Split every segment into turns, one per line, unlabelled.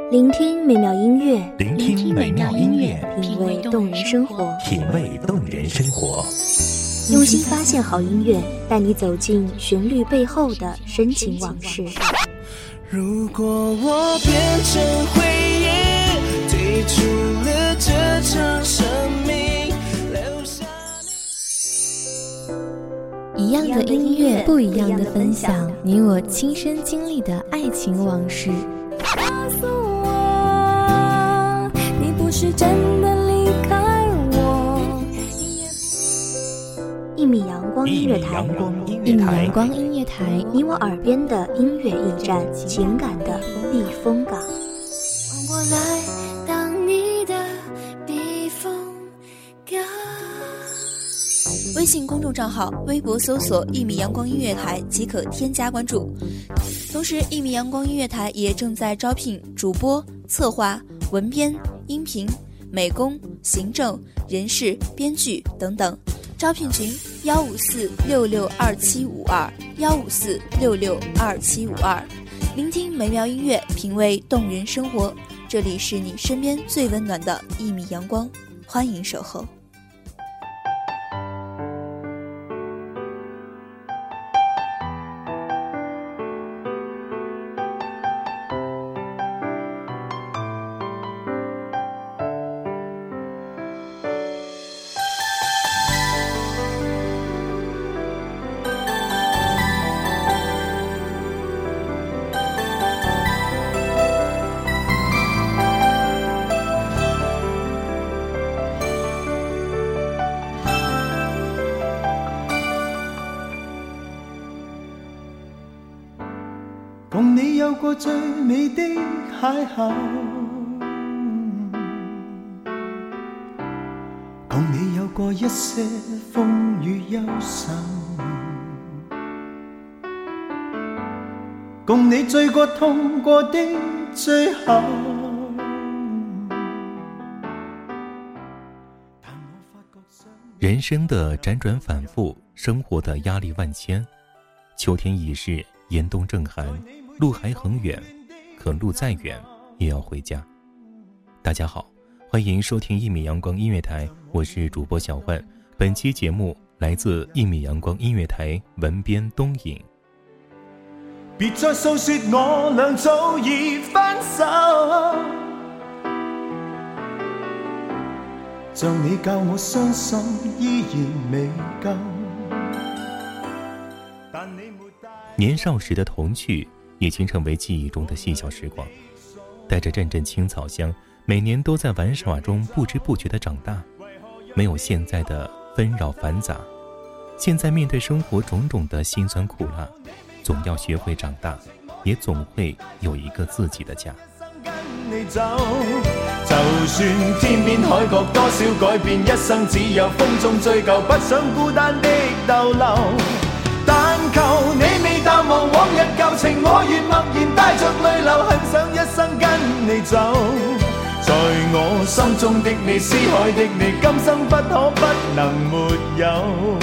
聆听美妙音乐，
聆听美妙音乐，
品味动人生活，
品味动人生活。
用心发现好音乐，带你走进旋律背后的深情往事。
如果我变成回忆，退出了这场生命，留下
一样的音乐，不一样的分享，你我亲身经历的爱情往事。
告诉我，你不是真的离开我。
一米阳光音乐台，
一米阳光音乐台，
你我耳边的音乐驿站，情感的避风港。
换我来当你的避风港。
微信公众账号、微博搜索“一米阳光音乐台”即可添加关注。同时，一米阳光音乐台也正在招聘主播、策划、文编、音频、美工、行政、人事、编剧等等。招聘群154662752，154662752。聆听美妙音乐，品味动人生活。这里是你身边最温暖的一米阳光，欢迎守候。
共你有過最美的邂逅，共你有過一些風雨憂愁，共你醉過痛過的最後。
人生的辗轉反复，生活的壓力萬千，秋天已逝，嚴冬正寒，路還很遠，可路再遠也要回家。大家好，歡迎收聽一米陽光音樂台，我是主播小焕。本期節目來自一米陽光音樂台，文編東影。
別再訴說我倆早已分手，像你教我相信依然未夠。
年少時的童趣已經成為記憶中的細小時光，帶着陣陣青草香，每年都在玩耍中不知不覺地長大，沒有現在的紛擾繁雜。現在面對生活種種的辛酸苦辣，總要學會長大，也總會有一個自己的家。
就算天邊海角多少改變，一生只有風中追究，不想孤單的逗留。但求你未淡忘往日舊情，我願默然帶着淚流，很想一生跟你走。在我心中的你，思海的你，今生不可不能沒有。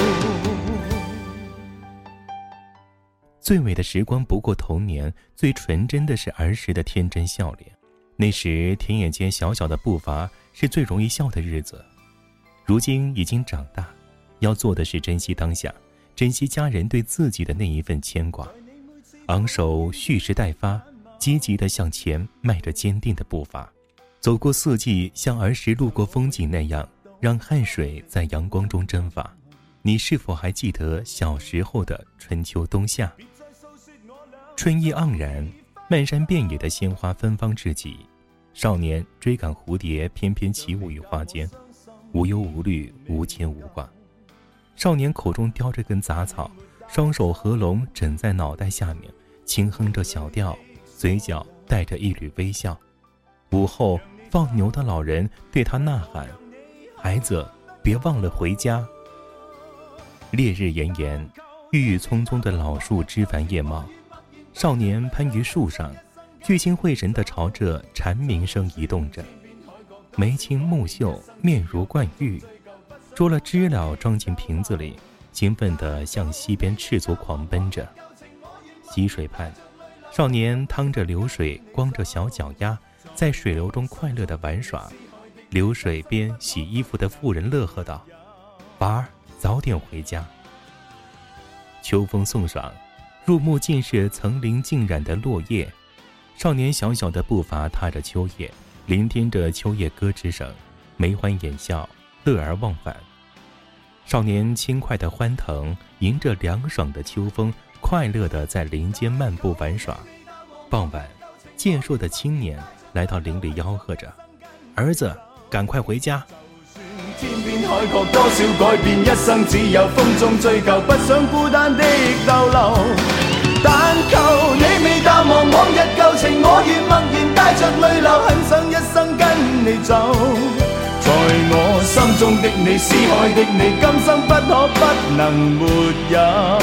最美的時光不過童年，最純真的是兒時的天真笑臉。那時田野間小小的步伐是最容易笑的日子。如今已經長大，要做的是珍惜當下，珍惜家人對自己的那一份牽掛，昂首蓄勢待發，積極地向前邁着堅定的步伐，走過四季，像兒時路過風景那樣，讓汗水在陽光中蒸發。你是否還記得小時候的春秋冬夏？春意盎然，漫山遍野的鮮花芬芳至極，少年追趕蝴蝶翩翩起舞於花間，無憂無慮，無牽無掛。少年口中叼着根雜草，雙手合攏枕在腦袋下面，輕哼着小調，嘴角帶着一縷微笑。午後放牛的老人對他吶喊：孩子，別忘了回家。烈日炎炎，鬱鬱蔥蔥的老樹枝繁葉茂，少年攀於樹上，聚精會神地朝着蟬鳴聲移動着，眉清目秀，面如冠玉，捉了知了裝進瓶子裡，興奮地向溪邊赤足狂奔着。溪水畔，少年趟着流水，光着小腳丫， 在水流中快乐地玩耍。流水边洗衣服的妇人乐呵道：娃儿早点回家。秋风送爽，入目尽是层林尽染的落叶。少年小小的步伐踏着秋叶，聆听着秋叶歌之声，眉欢眼笑，乐而忘返。少年轻快的欢腾，迎着凉爽的秋风，快乐地在林间漫步玩耍。傍晚，健硕的青年来到林里吆喝着：儿子，赶快回家。
天边海角多少改变，一生只有风中追究，不想孤单的逗留。但求你未淡忘往日旧情，我愿默然帶着淚流，很想一生跟你走。在我心中的你，思海的你，今生不可不能沒有。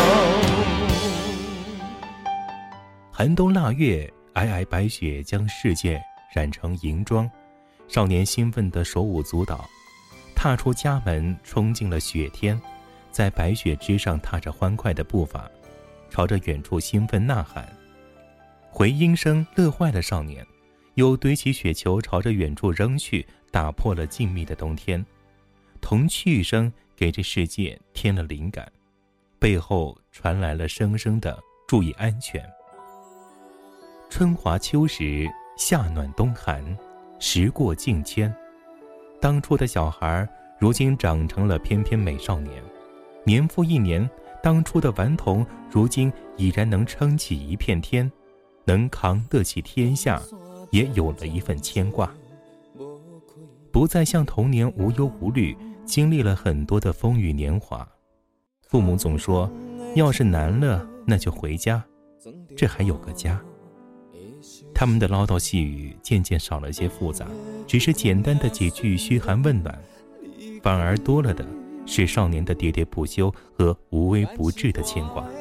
寒冬腊月，皑皑白雪将世界染成银装。少年兴奋地手舞足蹈，踏出家门，冲进了雪天，在白雪之上踏着欢快的步伐，朝着远处兴奋呐喊。回音声乐坏了少年，又堆起雪球朝着远处扔去，打破了静谧的冬天。童趣声给这世界添了灵感，背后传来了声声的注意安全。春华秋实，夏暖冬寒，时过境迁。当初的小孩如今长成了翩翩美少年，年复一年，当初的顽童如今已然能撑起一片天，能扛得起天下，也有了一份牵挂。不再像童年无忧无虑，经历了很多的风雨年华。父母总说，要是难了那就回家，这还有个家。他们的唠叨细语渐渐少了些复杂，只是简单的几句嘘寒问暖，反而多了的是少年的喋喋不休和无微不至的牵挂。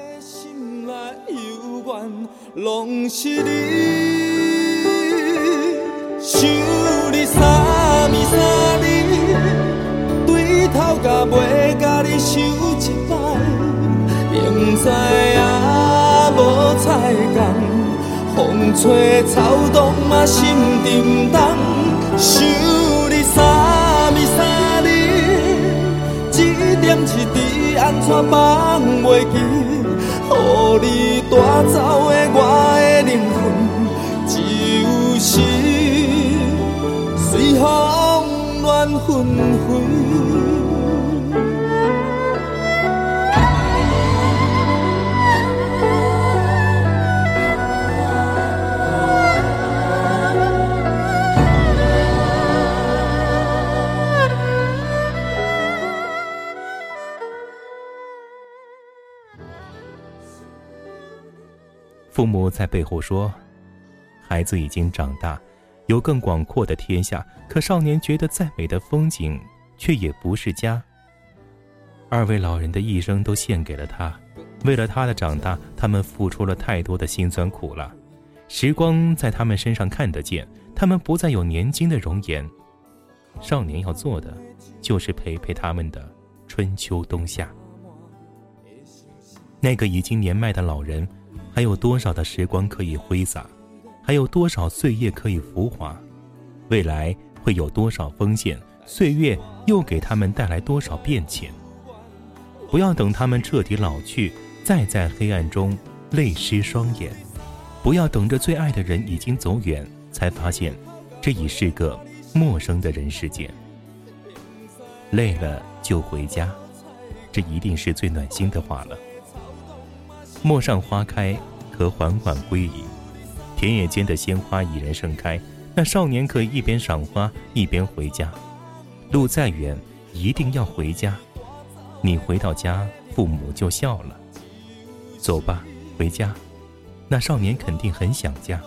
想你三暝三日，对头甲尾甲你想一摆，明知影无彩工。风吹草动嘛心沉重，想你三暝三日，一点一滴安怎放袂记？予你带走的我的灵魂，就是随风乱纷飞。
父母在背后说，孩子已经长大，有更广阔的天下，可少年觉得再美的风景却也不是家。二位老人的一生都献给了他，为了他的长大，他们付出了太多的辛酸苦辣。时光在他们身上看得见，他们不再有年轻的容颜。少年要做的就是陪陪他们的春秋冬夏。那个已经年迈的老人，还有多少的时光可以挥洒，还有多少岁月可以浮华，未来会有多少风险，岁月又给他们带来多少变迁。不要等他们彻底老去，再在黑暗中泪湿双眼，不要等着最爱的人已经走远，才发现这已是个陌生的人世间。累了就回家，这一定是最暖心的话了。陌上花开，可缓缓归矣。田野间的鲜花已然盛开，那少年可以一边赏花一边回家。路再远，一定要回家。你回到家，父母就笑了。走吧，回家。那少年肯定很想家。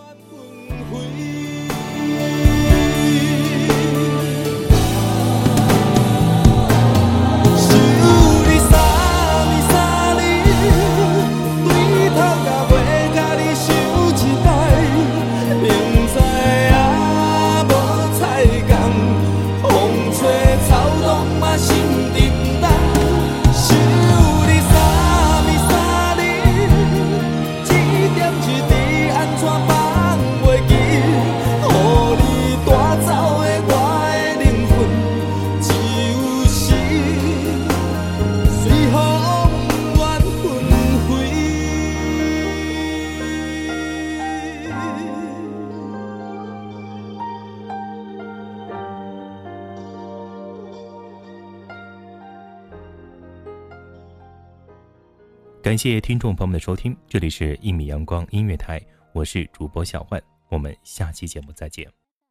感谢听众朋友们的收听，这里是1米阳光音乐台，我是主播小焕，我们下期节目再见。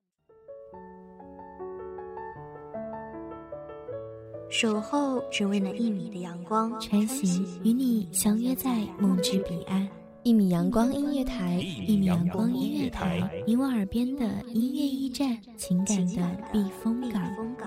守候只为那1米的阳光，
穿行与你相约在梦之彼岸。1米阳光音乐台，1米阳光音乐台，你我耳边的音乐驿站，情感的避风港。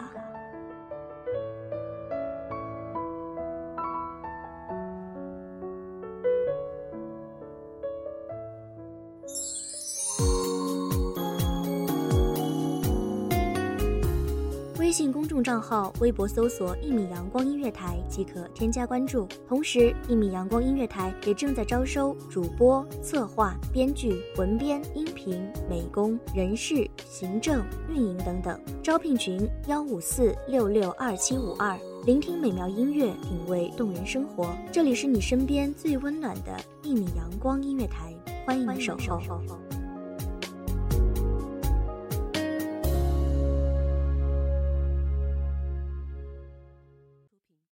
微信公众账号、微博搜索1米阳光音乐台即可添加关注。同时，1米阳光音乐台也正在招收主播、策划、编剧、文编、音频、美工、人事、行政、运营等等。招聘群154662752。聆听美妙音乐，品味动人生活。这里是你身边最温暖的1米阳光音乐台，欢迎守候。